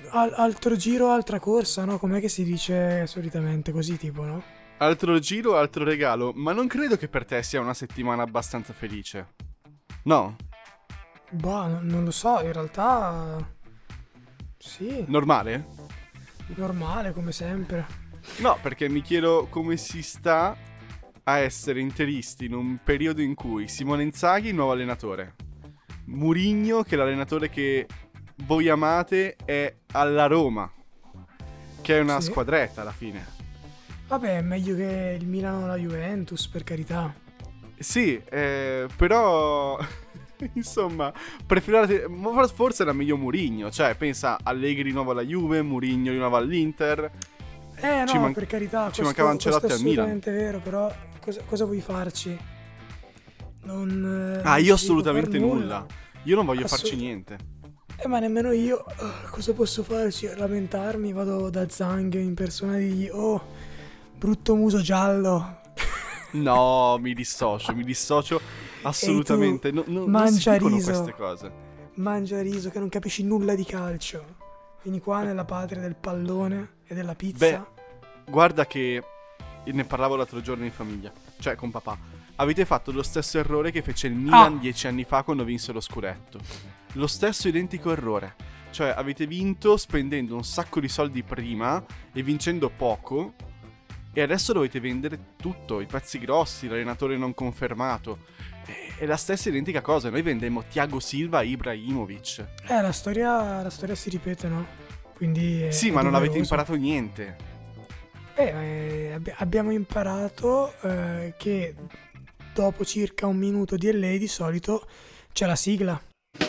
altro giro, altra corsa, no? Com'è che si dice solitamente così, tipo, no? Altro giro, altro regalo. Ma non credo che per te sia una settimana abbastanza felice. No? Boh, non lo so, in realtà sì, Normale? normale come sempre. No, perché mi chiedo come si sta a essere interisti in un periodo in cui Simone Inzaghi, nuovo allenatore, Mourinho, che è l'allenatore che voi amate, è alla Roma, che è una Sì. squadretta alla fine. Vabbè, è meglio che il Milano o la Juventus, per carità. Sì, però insomma, preferirate forse era meglio Mourinho, cioè pensa Allegri di nuovo alla Juve, Mourinho di nuovo all'Inter. No, per carità, ci mancava Ancelotti questo è al Milan. assolutamente vero, però cosa vuoi farci? Non Ah, non io ci dico per assolutamente nulla. Io non voglio farci Assolut- niente. Ma nemmeno io. Cosa posso farci? Lamentarmi? Vado da Zhang in persona e digli: oh, brutto muso giallo. No, mi dissocio assolutamente. Non si mangia dicono riso. queste cose. Mangia riso che non capisci nulla di calcio. Vieni qua nella patria del pallone e della pizza. Beh, guarda che ne parlavo l'altro giorno in famiglia, cioè con papà. Avete fatto lo stesso errore che fece il Milan 10 anni fa quando vinse lo scudetto. Lo stesso identico errore. Cioè avete vinto spendendo un sacco di soldi prima e vincendo poco. E adesso dovete vendere tutto, i pezzi grossi, l'allenatore non confermato. È la stessa identica cosa, noi vendemmo Thiago Silva e Ibrahimovic. La storia si ripete, no? Quindi Sì, è ma non avete doveroso. imparato niente. Abbiamo imparato che dopo circa un minuto di LA di solito c'è la sigla.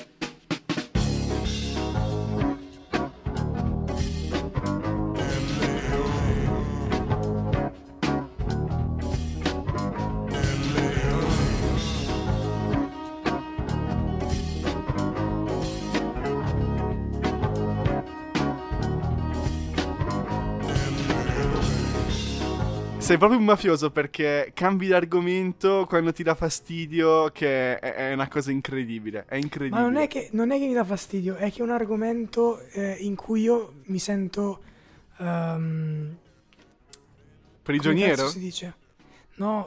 Sei proprio un mafioso perché cambi l'argomento quando ti dà fastidio, che è una cosa incredibile. È incredibile. Ma non è che mi dà fastidio, è che è un argomento in cui io mi sento come Prigioniero? cazzo si dice? No,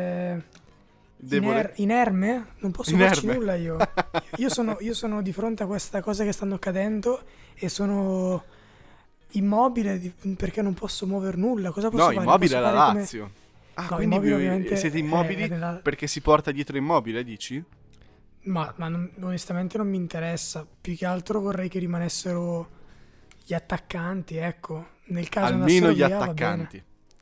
Debole? inerme? Non posso farci Inerme. nulla io. Io sono di fronte a questa cosa che stanno accadendo e sono immobile perché non posso muovere nulla. Cosa posso No, fare? Immobile Posso è la fare come... Lazio. Ah, No, quindi Immobile ovviamente siete è immobili nella... perché si porta dietro Immobile, dici? Ma onestamente non mi interessa. Più che altro vorrei che rimanessero gli attaccanti, ecco. Nel caso Almeno andassero gli via, va bene. attaccanti.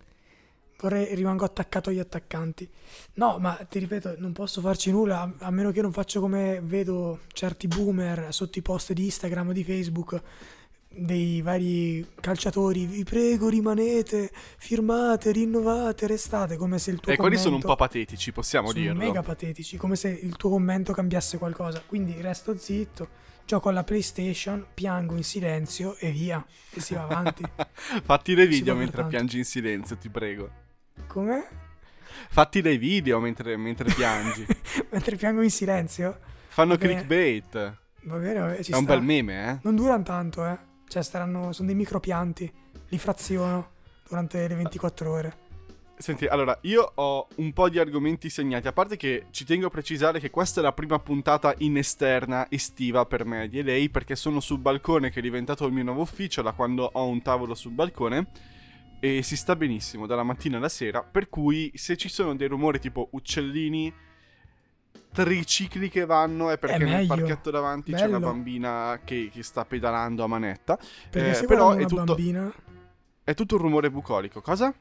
Rimango attaccato agli attaccanti. No, ma ti ripeto, non posso farci nulla a meno che non faccio come vedo certi boomer sotto i post di Instagram o di Facebook dei vari calciatori. Vi prego, rimanete, firmate, rinnovate, restate, come se il tuo E quelli sono un commento... po' patetici, possiamo sono dirlo. mega patetici, come se il tuo commento cambiasse qualcosa. Quindi resto zitto, gioco alla PlayStation, piango in silenzio e via. E si va avanti. Fatti dei Si video va mentre per tanto. piangi in silenzio, ti prego. Come? Fatti dei video mentre piangi. Mentre piango in silenzio? Fanno Va bene. clickbait. Va bene, ci È un sta. bel meme, eh? Non durano tanto, eh. Cioè, sono dei micropianti. Li fraziono durante le 24 ore. Senti, allora, io ho un po' di argomenti segnati. A parte che ci tengo a precisare che questa è la prima puntata in esterna estiva per me di LA, perché sono sul balcone, che è diventato il mio nuovo ufficio da quando ho un tavolo sul balcone. E si sta benissimo dalla mattina alla sera. Per cui se ci sono dei rumori tipo uccellini, tricicli che vanno, è perché nel meglio. parchetto davanti c'è una Bello. bambina che sta pedalando a manetta. Perché se Però guardano una bambina... è tutto un rumore bucolico. Cosa?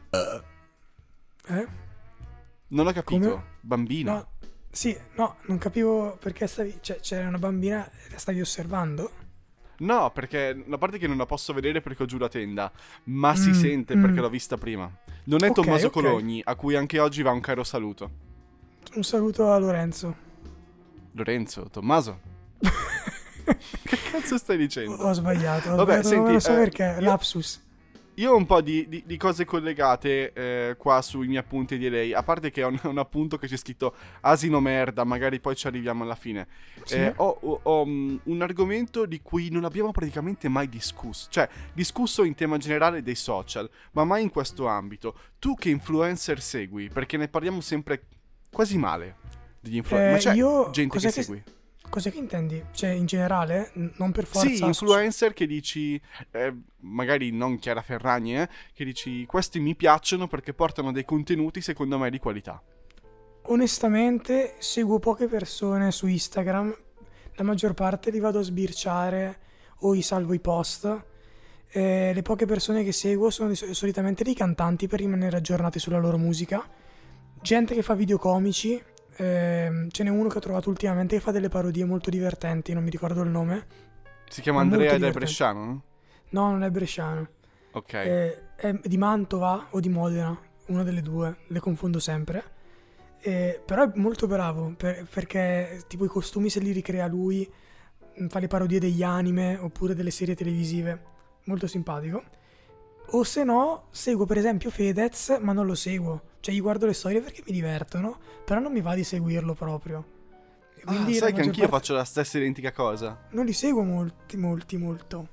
Non ho capito. Come? Bambina. No, sì, no, non capivo perché c'era una bambina e la stavi osservando? No, perché la parte che non la posso vedere perché ho giù la tenda, ma si sente perché l'ho vista prima. Non è Ok, Tommaso ok. Cologni, a cui anche oggi va un caro saluto. Un saluto a Lorenzo. Lorenzo, Tommaso. Che cazzo stai dicendo? Ho sbagliato, Vabbè, non senti, lo so perché, io- lapsus. Io ho un po' di cose collegate qua sui miei appunti di lei. A parte che ho un appunto che c'è scritto asino merda, magari poi ci arriviamo alla fine. Sì? Ho un argomento di cui non abbiamo praticamente mai discusso. Cioè, discusso in tema generale dei social, ma mai in questo ambito. Tu che influencer segui? Perché ne parliamo sempre quasi male degli influencer. Ma c'è Io gente che segui? Cos'è che intendi? Cioè, in generale? Non per forza. Sì, influencer che dici, magari non Chiara Ferragni, che dici questi mi piacciono perché portano dei contenuti secondo me di qualità. Onestamente, seguo poche persone su Instagram. La maggior parte li vado a sbirciare o i salvo i post. Le poche persone che seguo sono solitamente dei cantanti per rimanere aggiornati sulla loro musica. Gente che fa video comici. Ce n'è uno che ho trovato ultimamente che fa delle parodie molto divertenti, non mi ricordo il nome. Si chiama Ma molto Andrea ed è divertente. bresciano, no? No, non è bresciano. Ok. È di Mantova o di Modena, una delle due, le confondo sempre. Però è molto bravo perché tipo i costumi se li ricrea lui, fa le parodie degli anime oppure delle serie televisive. Molto simpatico. O se no, seguo per esempio Fedez, ma non lo seguo. Cioè, gli guardo le storie perché mi divertono, però non mi va di seguirlo proprio. E quindi Sai la che maggior anch'io parte faccio la stessa identica cosa. non li seguo molto.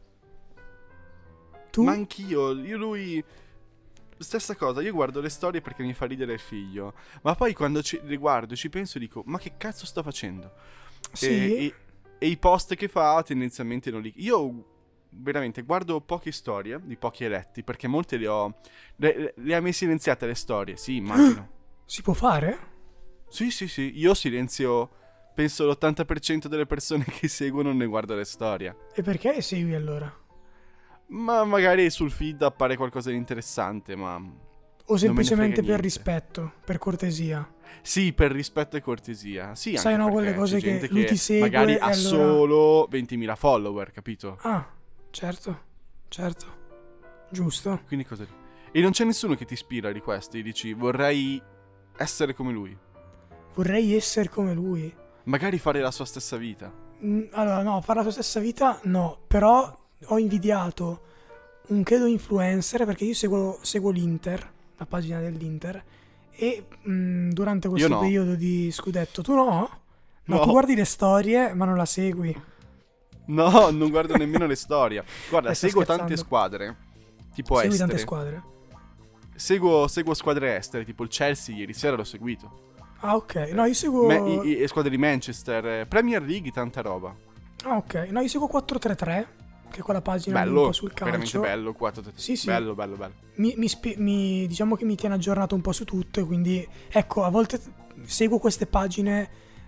Tu? Ma anch'io, lui... Stessa cosa, io guardo le storie perché mi fa ridere il figlio. Ma poi quando le guardo ci penso e dico, ma che cazzo sta facendo? Sì? E i post che fa tendenzialmente non li... Io veramente guardo poche storie di pochi eletti perché molte le ho... Le ha mai silenziate le storie, sì, immagino. Si può fare? Sì, io silenzio... Penso l'80% delle persone che seguono ne guarda le storie. E perché le segui allora? Ma magari sul feed appare qualcosa di interessante, ma... O non me ne semplicemente frega per niente. rispetto, per cortesia? Sì, per rispetto e cortesia. Sì, Sai, anche no, quelle perché cose c'è che gente lui che ti segue magari e ha allora... solo 20.000 follower, capito? Ah, certo. Giusto. Quindi cosa... E non c'è nessuno che ti ispira di questi, dici vorrei essere come lui. Vorrei essere come lui. Magari fare la sua stessa vita. Allora, no, fare la sua stessa vita, no. Però ho invidiato un credo influencer, perché io seguo l'Inter, la pagina dell'Inter, e durante questo no. periodo di scudetto, tu no? No, No. tu guardi le storie, ma non la segui. No, non guardo nemmeno le storie. Guarda, Sto seguo scherzando. tante squadre. Tipo Segui estere. tante squadre. Seguo squadre estere, tipo il Chelsea, ieri sera l'ho seguito. Ah, ok. No, io seguo... Squadre di Manchester, Premier League, tanta roba. Ah, ok. No, io seguo 433, che è quella pagina lì un Bello, po' sul veramente calcio. bello, 4 Sì, sì. Bello. Diciamo che mi tiene aggiornato un po' su tutto, e quindi ecco, a volte seguo queste pagine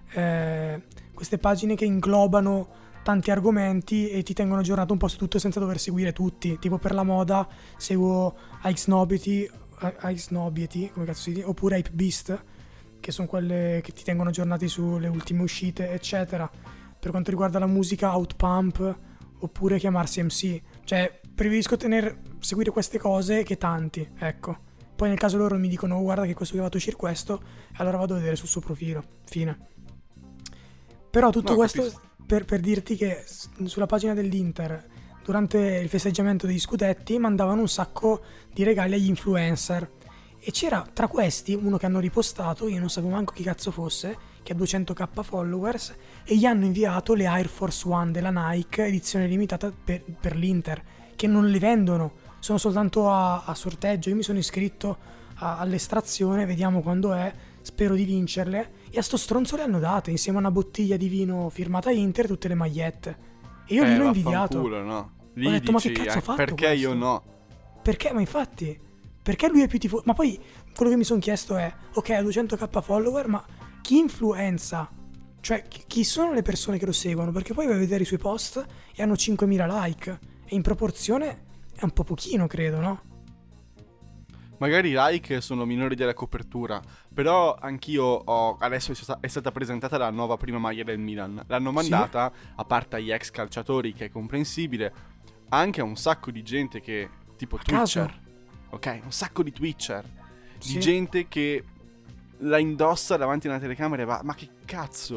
che inglobano tanti argomenti e ti tengono aggiornato un po' su tutto senza dover seguire tutti. Tipo per la moda seguo Ike Snobiety, come cazzo si dice, oppure Hypebeast, che sono quelle che ti tengono aggiornati sulle ultime uscite, eccetera. Per quanto riguarda la musica, Outpump, oppure chiamarsi MC. Cioè, preferisco seguire queste cose che tanti, ecco. Poi nel caso loro mi dicono, oh, guarda che questo che va a uscire questo, e allora vado a vedere sul suo profilo. Fine. Però tutto No, questo capisco. per dirti che sulla pagina dell'Inter, durante il festeggiamento degli scudetti, mandavano un sacco di regali agli influencer. E c'era tra questi uno che hanno ripostato, io non sapevo manco chi cazzo fosse, che ha 200k followers, e gli hanno inviato le Air Force One della Nike, edizione limitata per l'Inter, che non le vendono, sono soltanto a sorteggio. Io mi sono iscritto all'estrazione, vediamo quando è, spero di vincerle, e a sto stronzo le hanno date, insieme a una bottiglia di vino firmata Inter, tutte le magliette. E io lì l'ho invidiato. Vaffanculo, no? Lì Ho detto, ma che dici, cazzo ha fatto perché questo? io no? Perché? Ma infatti, perché lui è più tifoso? Ma poi quello che mi sono chiesto è, ok, ha 200k follower, ma chi influenza? Cioè, chi sono le persone che lo seguono? Perché poi vai a vedere i suoi post e hanno 5.000 like, e in proporzione è un po' pochino, credo, no? Magari i like sono minori della copertura, però anch'io adesso è stata presentata la nuova prima maglia del Milan. L'hanno mandata, a parte agli ex calciatori, che è comprensibile, anche a un sacco di gente che, tipo A Twitcher, caso. ok? Un sacco di Twitcher, Sì. di gente che la indossa davanti a una telecamera e va, ma che cazzo?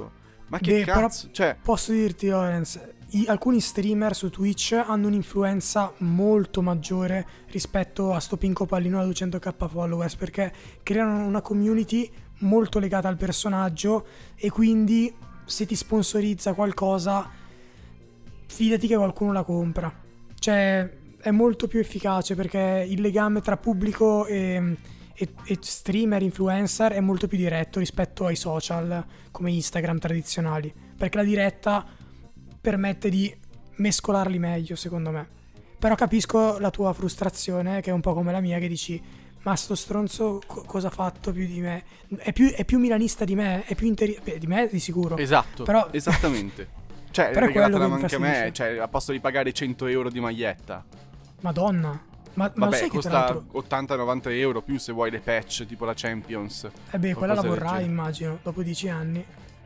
Ma che cazzo? Cioè, posso dirti, Lorenz, alcuni streamer su Twitch hanno un'influenza molto maggiore rispetto a sto pinco pallino da 200k followers, perché creano una community molto legata al personaggio e quindi se ti sponsorizza qualcosa fidati che qualcuno la compra. Cioè è molto più efficace, perché il legame tra pubblico e streamer, influencer è molto più diretto rispetto ai social come Instagram tradizionali, perché la diretta permette di mescolarli meglio, secondo me. Però capisco la tua frustrazione, che è un po' come la mia, che dici ma sto stronzo cosa ha fatto più di me? È più milanista di me? È più di me di sicuro. Esatto, però esattamente. Cioè, però regalatela anche a me, cioè, a posto di pagare 100 euro di maglietta. Madonna. Ma vabbè, sai costa che 80-90 euro più se vuoi le patch, tipo la Champions. Quella la vorrai, immagino, dopo 10 anni.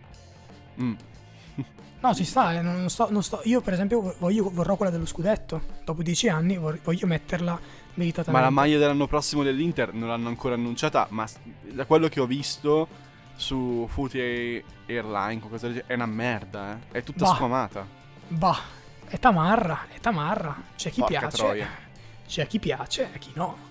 No, ci sta, non sto. Io, per esempio, vorrò quella dello scudetto. Dopo 10 anni voglio metterla meritatamente. Ma la maglia dell'anno prossimo dell'Inter non l'hanno ancora annunciata, ma da quello che ho visto su Footy Airline, qualcosa del genere, è una merda, È tutta squamata. È tamarra. C'è chi Porca piace. troia. C'è chi piace e chi no.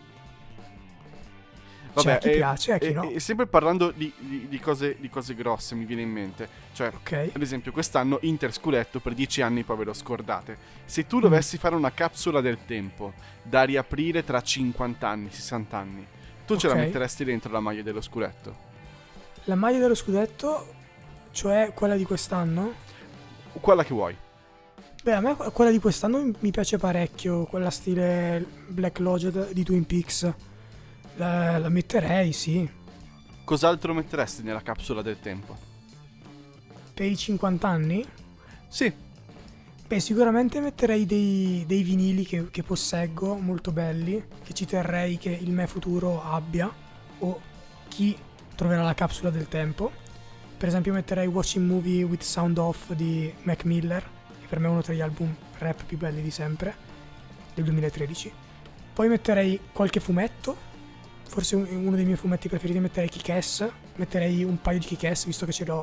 Vabbè, c'è chi piace e chi no. E sempre parlando di cose grosse, mi viene in mente. Cioè, ad esempio, quest'anno Inter scudetto per 10 anni, poi ve lo scordate. Se tu dovessi fare una capsula del tempo da riaprire tra 50 anni, 60 anni, tu ce la metteresti dentro la maglia dello scudetto? La maglia dello scudetto, cioè quella di quest'anno? Quella che vuoi. Beh, a me quella di quest'anno mi piace parecchio, quella stile Black Lodge di Twin Peaks. La metterei, sì. Cos'altro metteresti nella capsula del tempo? Per i 50 anni? Sì. Beh, sicuramente metterei dei vinili che posseggo, molto belli, che ci terrei che il me futuro abbia, o chi troverà la capsula del tempo. Per esempio metterei Watching Movie with Sound Off di Mac Miller, che per me è uno tra gli album rap più belli di sempre, del 2013. Poi metterei qualche fumetto, forse uno dei miei fumetti preferiti, metterei Kick-Ass, metterei un paio di Kick-Ass, visto che ce l'ho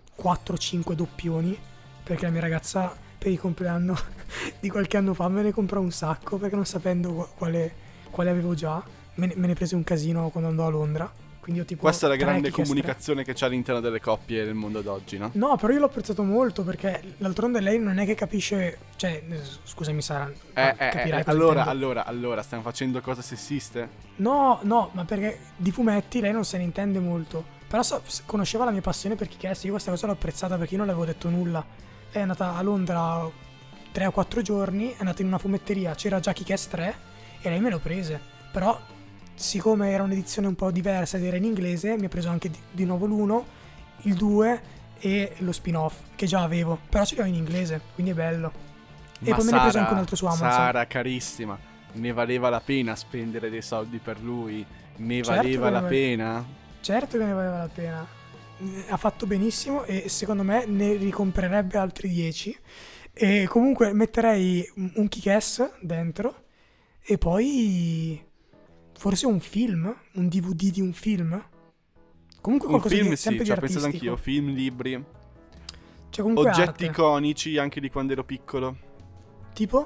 4-5 doppioni, perché la mia ragazza per il compleanno di qualche anno fa me ne comprò un sacco, perché non sapendo quale avevo già, me ne prese un casino quando andò a Londra. Quindi ho tipo questa è la grande comunicazione che c'è all'interno delle coppie nel mondo d'oggi, no? No, però io l'ho apprezzato molto, perché d'altronde lei non è che capisce, cioè, scusami Sara, capirai allora, stiamo facendo cose sessiste? No, ma perché di fumetti lei non se ne intende molto, però conosceva la mia passione per Kick-Ass, io questa cosa l'ho apprezzata perché io non le avevo detto nulla. Lei è andata a Londra 3 o 4 giorni, è andata in una fumetteria, c'era già Kick-Ass 3 e lei me lo prese, però siccome era un'edizione un po' diversa ed era in inglese, mi ha preso anche di nuovo l'1, il 2 e lo spin-off, che già avevo, però ce li ho in inglese, quindi è bello. E ma poi me ne ho preso anche un altro su Amazon. Sara, carissima, ne valeva la pena spendere dei soldi per lui? Valeva la pena? Certo che ne valeva la pena. Ha fatto benissimo e secondo me ne ricomprerebbe altri 10. E comunque metterei un Kick-Ass dentro e poi forse un film, un DVD di un film. Comunque qualcosa film, di sempre sì, di ci ho pensato artistico. anch'io, film, libri, cioè, comunque oggetti arte. iconici anche di quando ero piccolo. Tipo?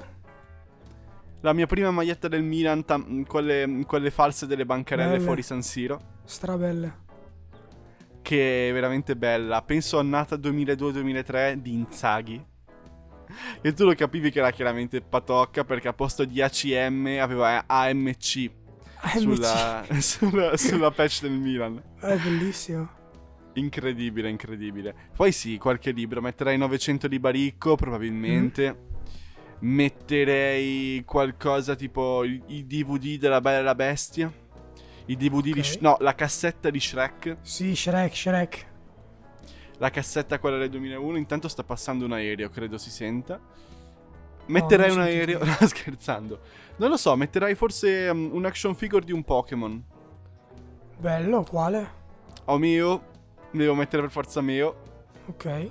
La mia prima maglietta del Milan, quelle false delle bancarelle Belle. fuori San Siro, Strabelle. che è veramente bella. Penso annata 2002-2003 di Inzaghi. E tu lo capivi che era chiaramente patocca, perché a posto di ACM aveva AMC. Sulla patch del Milan. È bellissimo. Incredibile. Poi sì, qualche libro. Metterei 900 di Baricco probabilmente. Metterei qualcosa tipo i DVD della Bella e la Bestia. I DVD di la cassetta di Shrek. Sì, Shrek. La cassetta quella del 2001. Intanto sta passando un aereo, credo si senta. Metterei un aereo. No, scherzando. Non lo so, metterei forse un action figure di un Pokémon. Bello, quale? Meo. Devo mettere per forza Meo. Ok.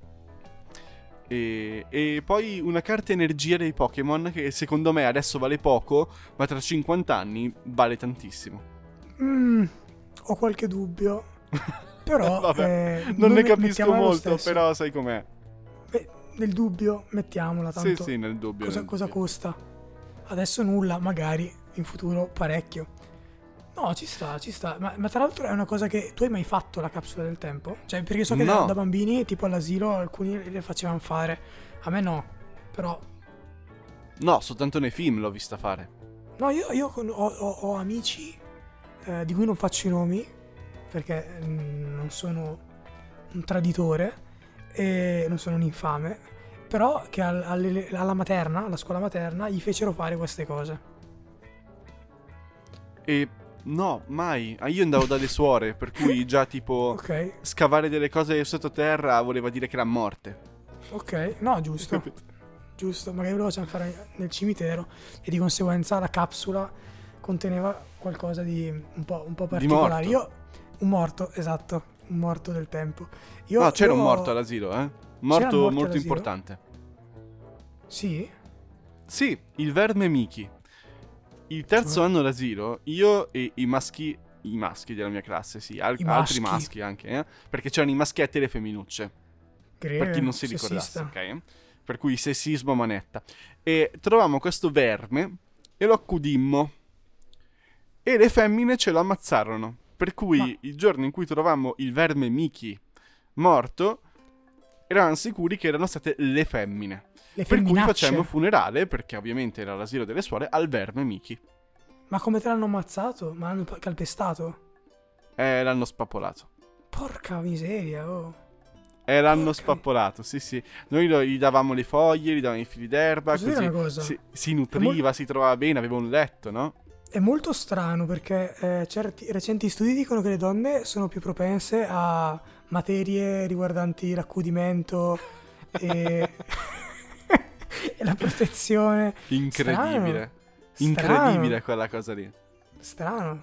E poi una carta energia dei Pokémon, che secondo me adesso vale poco, ma tra 50 anni vale tantissimo. Ho qualche dubbio. Però Vabbè, non ne capisco mettiamola lo molto, stesso. però sai com'è. Beh, nel dubbio mettiamola, tanto Sì, nel dubbio. cosa costa? Adesso nulla, magari in futuro parecchio. No, ci sta. Ma tra l'altro è una cosa che tu hai mai fatto, la capsula del tempo? Cioè, perché so che No. da bambini, tipo all'asilo, alcuni le facevano fare. A me no, però... No, soltanto nei film l'ho vista fare. No, io ho amici di cui non faccio i nomi, perché non sono un traditore e non sono un infame, però che alla materna, alla scuola materna, gli fecero fare queste cose. E no, mai. Io andavo dalle suore, per cui già tipo Ok, scavare delle cose sottoterra voleva dire che erano morte. ok, no, giusto. Giusto, magari lo facciamo fare nel cimitero e di conseguenza la capsula conteneva qualcosa di un po' particolare. morto. Un morto, esatto, un morto del tempo. No, c'era un io- morto all'asilo, C'era un Morto morto molto all'asilo? importante. Sì? Sì, il verme Miki. Il terzo Cioè? anno d'asilo, io e i maschi della mia classe, sì, altri maschi. maschi anche, perché c'erano i maschietti e le femminucce. Greve, Per chi non si ricordasse, sessista. ok? Per cui sessismo a manetta. E trovammo questo verme e lo accudimmo. E le femmine ce lo ammazzarono. Per cui Ma- il giorno in cui trovammo il verme Miki morto, eravamo sicuri che erano state le femmine. Le Per cui femminacce. facemmo funerale, perché ovviamente era l'asilo delle suore, al verme Miki. Ma come te l'hanno ammazzato? Ma l'hanno calpestato? L'hanno spappolato. Porca miseria, oh. L'hanno Porca- spappolato, sì. Noi gli davamo le foglie, gli davamo i fili d'erba, Posso dire così una cosa? si nutriva, si trovava bene, aveva un letto, no? È molto strano perché certi recenti studi dicono che le donne sono più propense a materie riguardanti l'accudimento e, e la protezione. Incredibile. Strano. Incredibile quella cosa lì. Strano.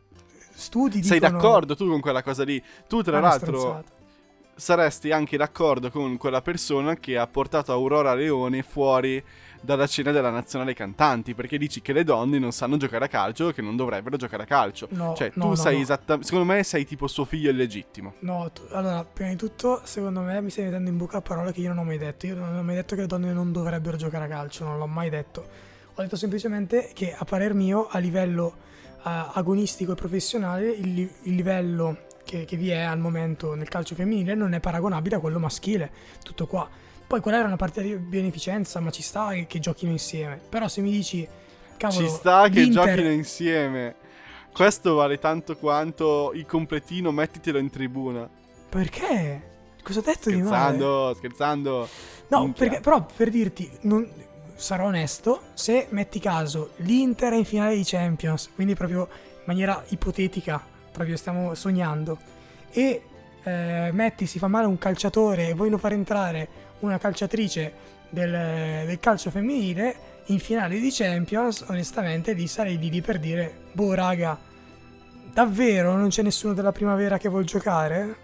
Studi Sei dicono... d'accordo tu con quella cosa lì? Tu, tra Ah, una l'altro, stronzata. saresti anche d'accordo con quella persona che ha portato Aurora Leone fuori dalla cena della nazionale cantanti, perché dici che le donne non sanno giocare a calcio, che non dovrebbero giocare a calcio. No, Cioè, no, tu sei no. esattamente... Secondo me sei tipo suo figlio illegittimo. No, allora, prima di tutto, secondo me mi stai mettendo in bocca parole che io non ho mai detto. Io non ho mai detto che le donne non dovrebbero giocare a calcio, non l'ho mai detto. Ho detto semplicemente che, a parer mio, a livello agonistico e professionale, il livello che vi è al momento nel calcio femminile non è paragonabile a quello maschile. Tutto qua. Poi quella era una partita di beneficenza, ma ci sta che giochino insieme. Però se mi dici, cavolo, Ci sta che l'Inter- giochino insieme. Questo vale tanto quanto il completino, mettitelo in tribuna. Perché? Cosa ho detto di male? Scherzando. No, Minchia. perché, però per dirti, sarò onesto, se metti caso l'Inter è in finale di Champions, quindi proprio in maniera ipotetica, proprio stiamo sognando, e metti si fa male un calciatore e vogliono far entrare una calciatrice del calcio femminile in finale di Champions, onestamente lì sarei lì per dire, boh raga, davvero non c'è nessuno della primavera che vuol giocare?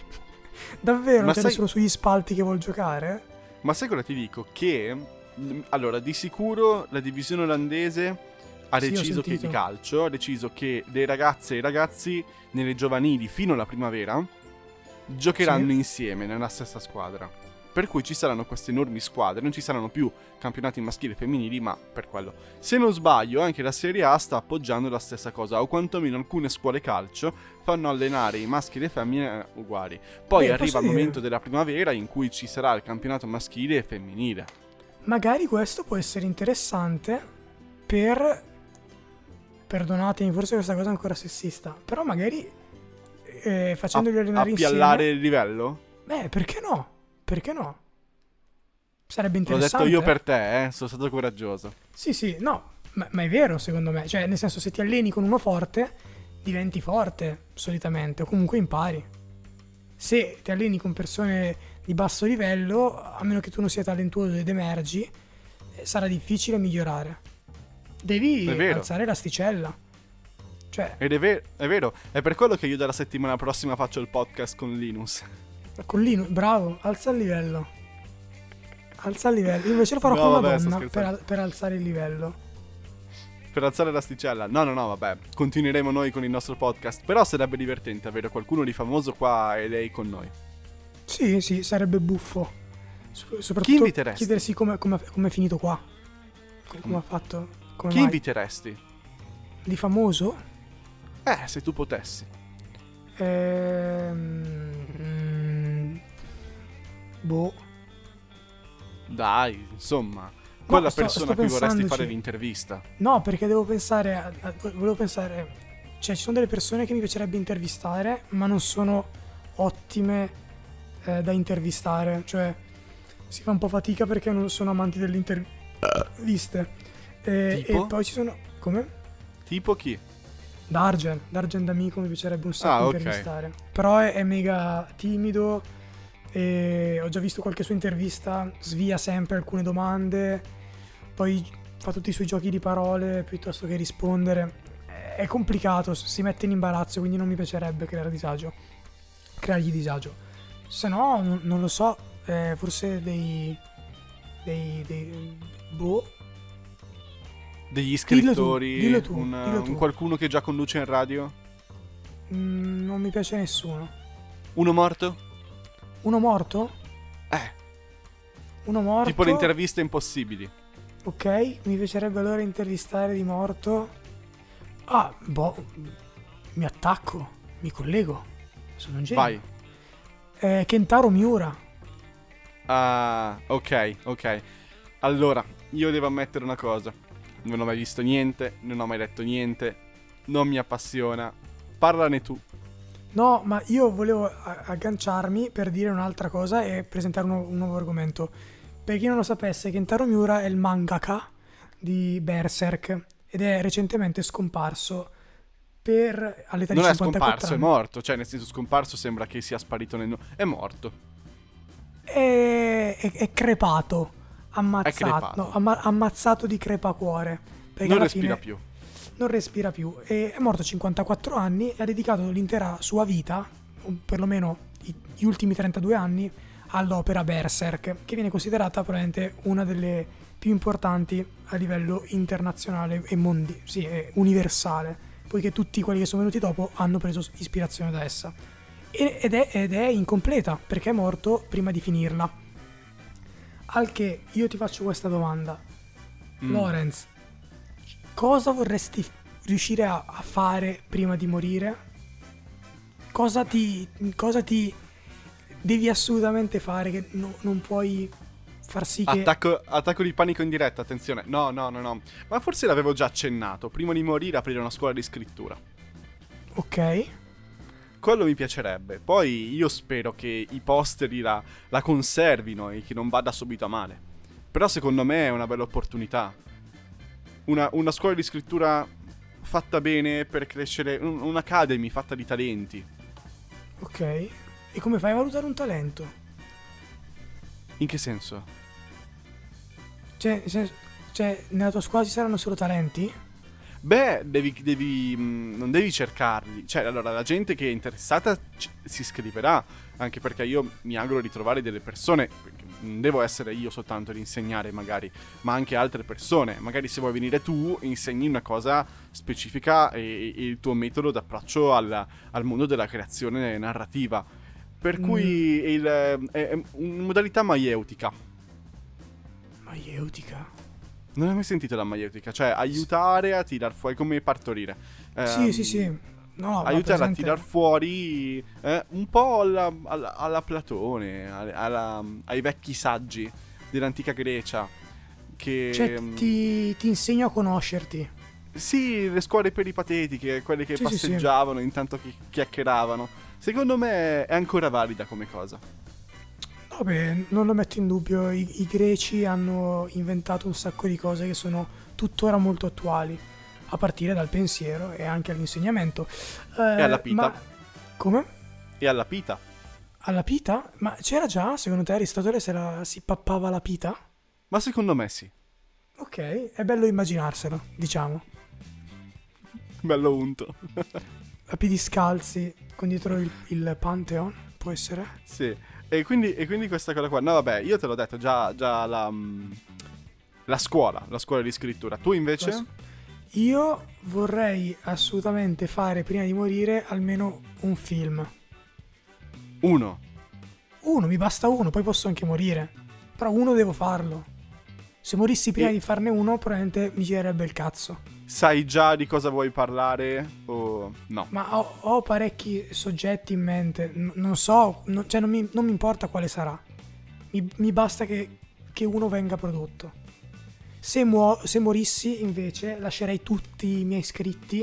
Davvero Ma non c'è sai- nessuno sugli spalti che vuol giocare? Ma sai cosa ti dico? Che, allora, di sicuro la divisione olandese ha Sì, ho deciso che sentito. di calcio, ha deciso che le ragazze e i ragazzi nelle giovanili fino alla primavera giocheranno Sì. insieme nella stessa squadra. Per cui ci saranno queste enormi squadre, non ci saranno più campionati maschili e femminili, ma per quello. Se non sbaglio, anche la Serie A sta appoggiando la stessa cosa, o quantomeno alcune scuole calcio fanno allenare i maschi e le femmine uguali. Poi Beh, arriva posso il dire- momento della primavera in cui ci sarà il campionato maschile e femminile. Magari questo può essere interessante per... Perdonatemi, forse questa cosa è ancora sessista, però magari facendoli allenare Appiallare insieme... il livello? Perché no? Perché no? Sarebbe L'ho interessante. detto io per te, sono stato coraggioso. Sì, no, ma è vero secondo me. Cioè, nel senso, se ti alleni con uno forte, diventi forte, solitamente, o comunque impari. Se ti alleni con persone di basso livello, a meno che tu non sia talentuoso ed emergi, sarà difficile migliorare. Devi È vero. alzare l'asticella. Cioè, Ed è vero, è per quello che io dalla settimana prossima faccio il podcast con Linus. con Linus, bravo, alza il livello. Alza il livello. Io invece lo farò No, con una vabbè, sto donna scherzando. per alzare il livello. per alzare l'asticella. No, vabbè, continueremo noi con il nostro podcast. Però sarebbe divertente avere qualcuno di famoso qua e lei con noi. Sì, sarebbe buffo. Chi Soprattutto inviteresti? chiedersi come è finito qua. Come ha fatto. Come Chi mai. inviteresti? Di famoso? Se tu potessi. Boh. Dai, insomma, quella persona sto a cui vorresti pensandoci. fare l'intervista. No, perché devo pensare. Volevo pensare. Cioè, ci sono delle persone che mi piacerebbe intervistare, ma non sono ottime da intervistare. Cioè, si fa un po' fatica perché non sono amanti delle interviste. E Tipo? poi ci sono. Come? Tipo chi? Dargen d'Amico mi piacerebbe un sacco ok. intervistare. Però è mega timido e ho già visto qualche sua intervista, svia sempre alcune domande, poi fa tutti i suoi giochi di parole piuttosto che rispondere. È complicato, si mette in imbarazzo, quindi non mi piacerebbe creargli disagio. Se no, non lo so, forse dei boh. Degli scrittori, dillo tu. un qualcuno che già conduce in radio? Non mi piace nessuno. Uno morto? Uno morto? Uno morto. Tipo le interviste impossibili. Ok, mi piacerebbe allora intervistare di morto. Mi attacco, mi collego. Sono un genio. Vai. Kentaro Miura. Ok. Allora, io devo ammettere una cosa. Non ho mai visto niente, non ho mai letto niente, non mi appassiona. Parlane tu. No, ma io volevo agganciarmi per dire un'altra cosa e presentare un nuovo argomento. Per chi non lo sapesse, Kentaro Miura è il mangaka di Berserk ed è recentemente scomparso all'età di 54 Non è scomparso, anni. è morto. Cioè, nel senso, scomparso sembra che sia sparito è morto. È crepato. Ammazzato. È crepato. No, ammazzato di crepacuore. Perché Non alla respira fine più. non respira più. E è morto a 54 anni e ha dedicato l'intera sua vita, o perlomeno gli ultimi 32 anni, all'opera Berserk, che viene considerata probabilmente una delle più importanti a livello internazionale e universale, poiché tutti quelli che sono venuti dopo hanno preso ispirazione da essa. Ed è incompleta, perché è morto prima di finirla. Al che io ti faccio questa domanda. Lorenz, cosa vorresti riuscire a fare prima di morire? Cosa ti devi assolutamente fare che non puoi far sì che... Attacco di panico in diretta, attenzione. No. Ma forse l'avevo già accennato. Prima di morire aprire una scuola di scrittura. Ok. Quello mi piacerebbe. Poi io spero che i posteri la conservino e che non vada subito a male. Però secondo me è una bella opportunità. Una scuola di scrittura fatta bene per crescere. Un'academy fatta di talenti. Ok. E come fai a valutare un talento? In che senso? Cioè, nella tua scuola ci saranno solo talenti? Beh, non devi cercarli. Cioè, allora, la gente che è interessata si iscriverà. Anche perché io mi auguro di trovare delle persone. Perché non devo essere io soltanto ad insegnare, magari, ma anche altre persone. Magari se vuoi venire tu, insegni una cosa specifica e il tuo metodo d'approccio al mondo della creazione narrativa. Per cui è una modalità maieutica. Maieutica? Non hai mai sentito la maieutica? Cioè, aiutare a tirar fuori, come partorire. Sì. No, aiutare a tirar fuori un po' alla Platone, ai vecchi saggi dell'antica Grecia. Che, cioè, ti insegno a conoscerti. Sì, le scuole peripatetiche, quelle che passeggiavano intanto che chiacchieravano. Secondo me è ancora valida come cosa. Vabbè, non lo metto in dubbio, i greci hanno inventato un sacco di cose che sono tuttora molto attuali, a partire dal pensiero e anche all'insegnamento. E alla pita. Ma... Come? E alla pita. Alla pita? Ma c'era già, secondo te, Aristotele si pappava la pita? Ma secondo me sì. Ok, è bello immaginarselo, diciamo. Bello unto. A piedi scalzi, con dietro il Pantheon, può essere? Sì. E quindi questa cosa qua. No, vabbè, io te l'ho detto già la scuola di scrittura. Tu invece? Io vorrei assolutamente fare prima di morire almeno un film. Uno. Uno, mi basta uno, poi posso anche morire. Però uno devo farlo. Se morissi prima E- di farne uno, probabilmente mi girerebbe il cazzo. Sai già di cosa vuoi parlare o no? Ma ho parecchi soggetti in mente. Non so, cioè non mi importa quale sarà. Mi basta che uno venga prodotto. Se morissi, invece, lascerei tutti i miei iscritti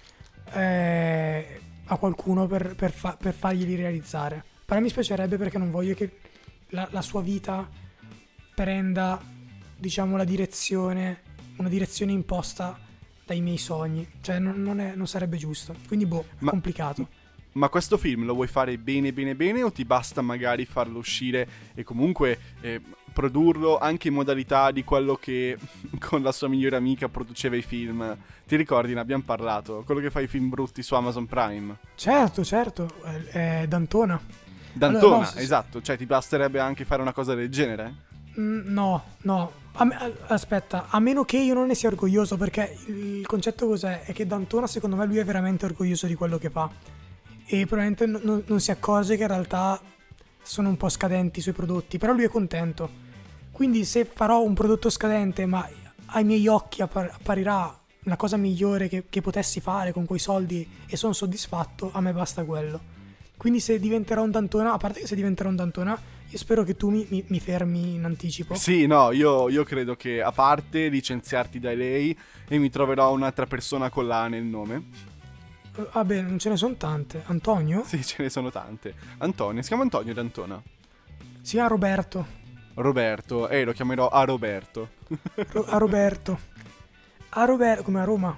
a qualcuno per farglieli realizzare. Però mi spiacerebbe perché non voglio che la sua vita prenda, diciamo, una direzione imposta dai miei sogni. Cioè non sarebbe giusto. Quindi è Ma- complicato. Ma questo film lo vuoi fare bene bene bene o ti basta magari farlo uscire e comunque produrlo anche in modalità di quello che con la sua migliore amica produceva i film? Ti ricordi, ne abbiamo parlato, quello che fa i film brutti su Amazon Prime. Certo, è D'Antona. D'Antona, Allora, no, esatto, cioè ti basterebbe anche fare una cosa del genere? No. Aspetta, a meno che io non ne sia orgoglioso, perché il concetto cos'è? È che D'Antona, secondo me, lui è veramente orgoglioso di quello che fa. E probabilmente non si accorge che in realtà sono un po' scadenti i suoi prodotti, però lui è contento. Quindi se farò un prodotto scadente, ma ai miei occhi apparirà la cosa migliore che potessi fare con quei soldi e sono soddisfatto, a me basta quello. Quindi se diventerò un D'Antona, a parte che se diventerò un D'Antona, io spero che tu mi fermi in anticipo. Sì, no, io credo che a parte licenziarti da lei e mi troverò un'altra persona con la A nel nome. Vabbè, non ce ne sono tante. Antonio? Sì, ce ne sono tante. Antonio, si chiama Antonio D'Antona? Si chiama Roberto. Roberto, lo chiamerò a Roberto. A Roberto. A Roberto, come a Roma.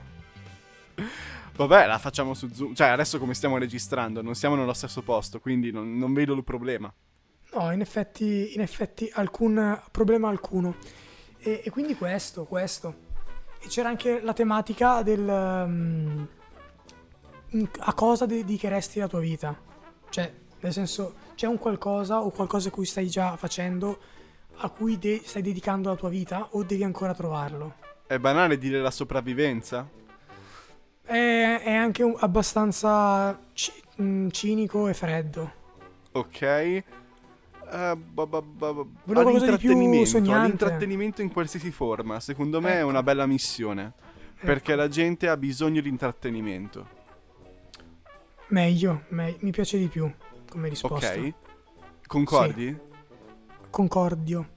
Vabbè, la facciamo su Zoom. Cioè, adesso come stiamo registrando, non siamo nello stesso posto, quindi non vedo il problema. No, in effetti alcun problema alcuno. E quindi questo. E c'era anche la tematica del a cosa dedicheresti la tua vita. Cioè, nel senso, c'è un qualcosa o qualcosa a cui stai già facendo, a cui stai dedicando la tua vita, o devi ancora trovarlo? È banale dire la sopravvivenza? È anche abbastanza cinico e freddo. Ok. Volevo qualcosa di più sognante. All'intrattenimento in qualsiasi forma, secondo me è Ecco. una bella missione. Perché la gente ha bisogno di intrattenimento. Meglio, mi piace di più come risposta. Ok? Concordi? Sì, concordio.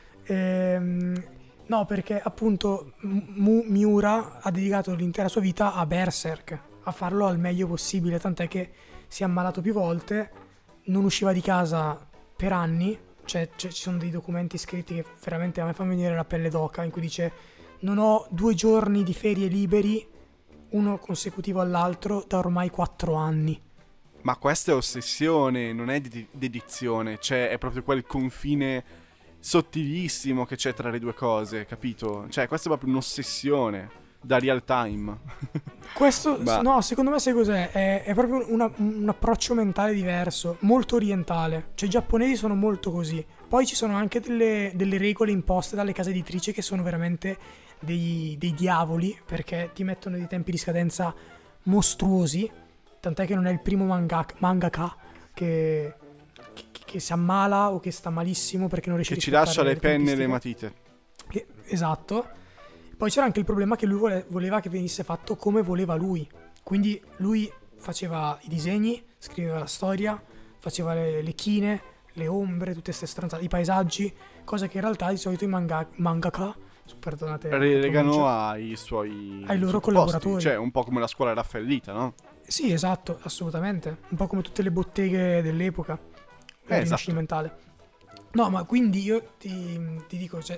No, perché appunto Miura ha dedicato l'intera sua vita a Berserk, a farlo al meglio possibile, tant'è che si è ammalato più volte, non usciva di casa per anni, cioè ci sono dei documenti scritti che veramente a me fanno venire la pelle d'oca, in cui dice: non ho 2 giorni di ferie liberi, uno consecutivo all'altro, da ormai 4 anni. Ma questa è ossessione, non è dedizione, cioè è proprio quel confine sottilissimo che c'è tra le due cose, capito? Cioè questa è proprio un'ossessione da real time. Questo, Ma- no, secondo me sai cos'è? È proprio un approccio mentale diverso, molto orientale. Cioè i giapponesi sono molto così. Poi ci sono anche delle regole imposte dalle case editrici che sono veramente dei diavoli, perché ti mettono dei tempi di scadenza mostruosi. Tant'è che non è il primo mangaka che si ammala o che sta malissimo perché non riesce Che a ci rispettare lascia le penne e le tempistiche. matite. Esatto. Poi c'era anche il problema che lui voleva che venisse fatto come voleva lui. Quindi lui faceva i disegni, scriveva la storia, faceva le chine, le ombre, tutte queste stronzate, i paesaggi, cosa che in realtà di solito i mangaka, perdonate, la Relegano pronuncia, ai suoi ai loro sottoposti, collaboratori. cioè un po' come la scuola raffaellita, no? Sì, esatto, assolutamente. Un po' come tutte le botteghe dell'epoca rinascimentale. No, ma quindi io ti dico, cioè,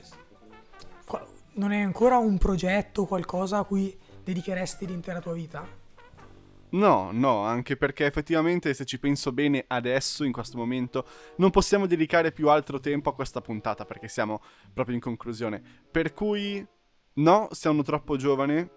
non è ancora un progetto o qualcosa a cui dedicheresti l'intera tua vita? No, anche perché effettivamente se ci penso bene adesso, in questo momento, non possiamo dedicare più altro tempo a questa puntata perché siamo proprio in conclusione. Per cui, no, sono troppo giovane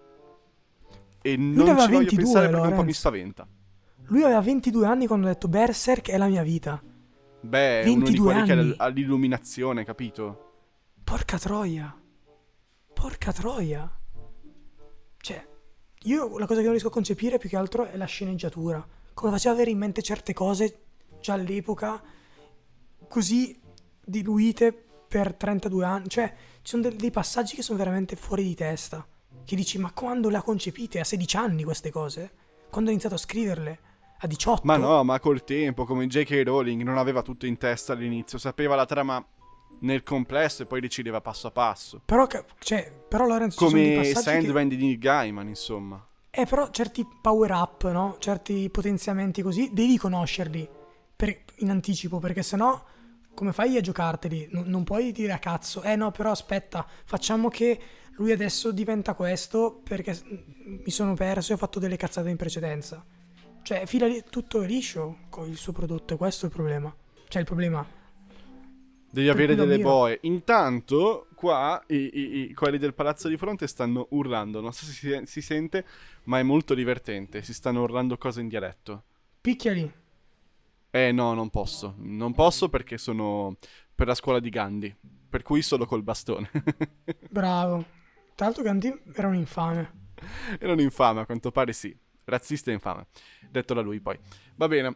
e non aveva ci voglio 22, pensare perché un po' mi Lorenz. spaventa. Lui aveva 22 anni quando ha detto Berserk è la mia vita. Beh, è uno di 22 quelli che anni. ha l'illuminazione, capito? Porca troia. Cioè, Io la cosa che non riesco a concepire più che altro è la sceneggiatura. Come faceva avere in mente certe cose già all'epoca, così diluite per 32 anni. Cioè, ci sono dei passaggi che sono veramente fuori di testa. Che dici, ma quando le ha concepite? A 16 anni queste cose? Quando ha iniziato a scriverle? A 18? Ma no, ma col tempo, come J.K. Rowling non aveva tutto in testa all'inizio, sapeva la trama nel complesso e poi decideva passo a passo. Però, però Lorenzo, ci sono dei Come passaggi Sandman di Neil Gaiman, insomma. Però certi power up, no? Certi potenziamenti così, devi conoscerli in anticipo, perché sennò come fai a giocarteli? Non puoi dire a cazzo, no, però aspetta, facciamo che lui adesso diventa questo perché mi sono perso e ho fatto delle cazzate in precedenza. Cioè, fila tutto è liscio con il suo prodotto, e questo è il problema. Cioè, il problema. Devi avere delle boe. Intanto, qua, quelli del palazzo di fronte stanno urlando. Non so se si sente, ma è molto divertente. Si stanno urlando cose in dialetto. Picchiali. No, non posso. Non posso perché sono per la scuola di Gandhi. Per cui solo col bastone. Bravo. Tra l'altro Gandhi era un infame. Era un infame, a quanto pare sì. Razzista e infame. Detto da lui poi. Va bene.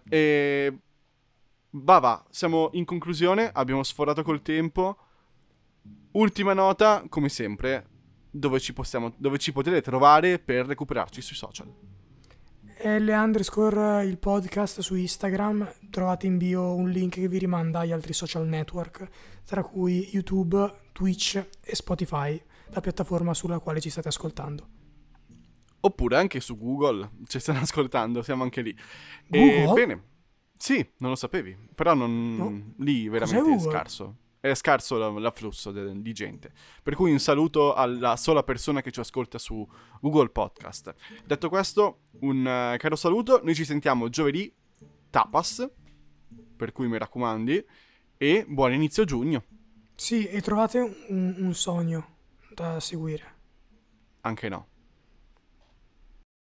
Va, siamo in conclusione, abbiamo sforato col tempo. Ultima nota, come sempre, dove ci potete trovare per recuperarci sui social. L_ il podcast su Instagram, trovate in bio un link che vi rimanda agli altri social network, tra cui YouTube, Twitch e Spotify, la piattaforma sulla quale ci state ascoltando. Oppure anche su Google, ci stanno ascoltando, siamo anche lì. Google? Bene, sì, non lo sapevi, però non lì veramente è scarso. È scarso l'afflusso di gente. Per cui un saluto alla sola persona che ci ascolta su Google Podcast. Detto questo, un caro saluto. Noi ci sentiamo giovedì, tapas, per cui mi raccomandi, e buon inizio giugno. Sì, e trovate un sogno da seguire. Anche no.